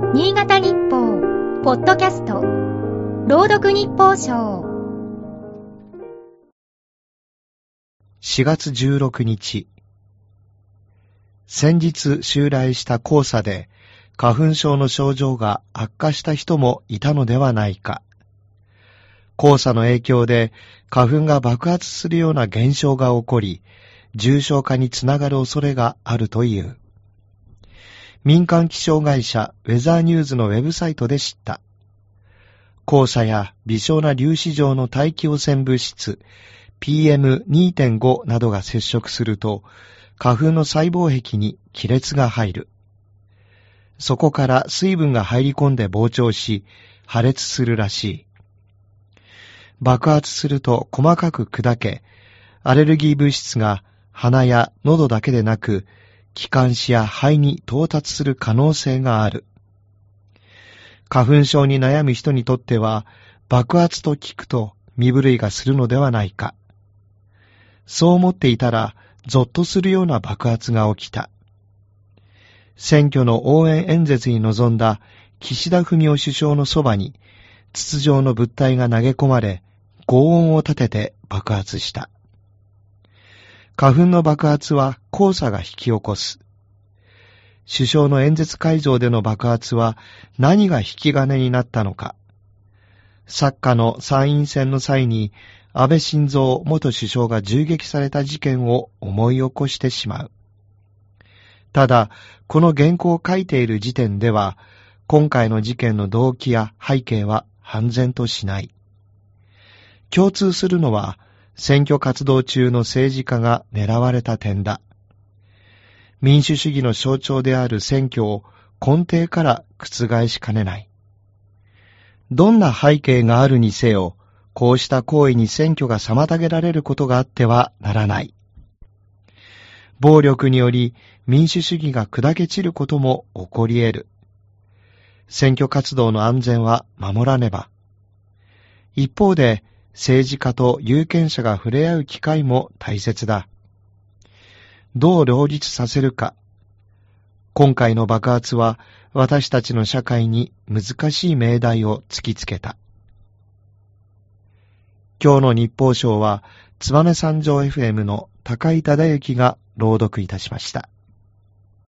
新潟日報ポッドキャスト朗読日報賞 4月16日、先日襲来した黄砂で花粉症の症状が悪化した人もいたのではないか。黄砂の影響で花粉が爆発するような現象が起こり、重症化につながる恐れがあるという。民間気象会社ウェザーニューズのウェブサイトで知った。黄砂や微小な粒子状の大気汚染物質 PM2.5 などが接触すると、花粉の細胞壁に亀裂が入る。そこから水分が入り込んで膨張し、破裂するらしい。爆発すると細かく砕け、アレルギー物質が鼻や喉だけでなく、気管支や肺に到達する可能性がある。花粉症に悩む人にとっては、爆発と聞くと身震いがするのではないか。そう思っていたら、ゾッとするような爆発が起きた。選挙の応援演説に臨んだ岸田文雄首相のそばに、筒状の物体が投げ込まれ、轟音を立てて爆発した。花粉の爆発は黄砂が引き起こす。首相の演説会場での爆発は何が引き金になったのか。昨夏の参院選の際に安倍晋三元首相が銃撃された事件を思い起こしてしまう。ただ、この原稿を書いている時点では、今回の事件の動機や背景は判然としない。共通するのは、選挙活動中の政治家が狙われた点だ。民主主義の象徴である選挙を根底から覆しかねない。どんな背景があるにせよ、こうした行為に選挙が妨げられることがあってはならない。暴力により民主主義が砕け散ることも起こり得る。選挙活動の安全は守らねば。一方で、政治家と有権者が触れ合う機会も大切だ。どう両立させるか。今回の爆発は私たちの社会に難しい命題を突きつけた。今日の日報賞は燕三条 FM の高井忠之が朗読いたしました。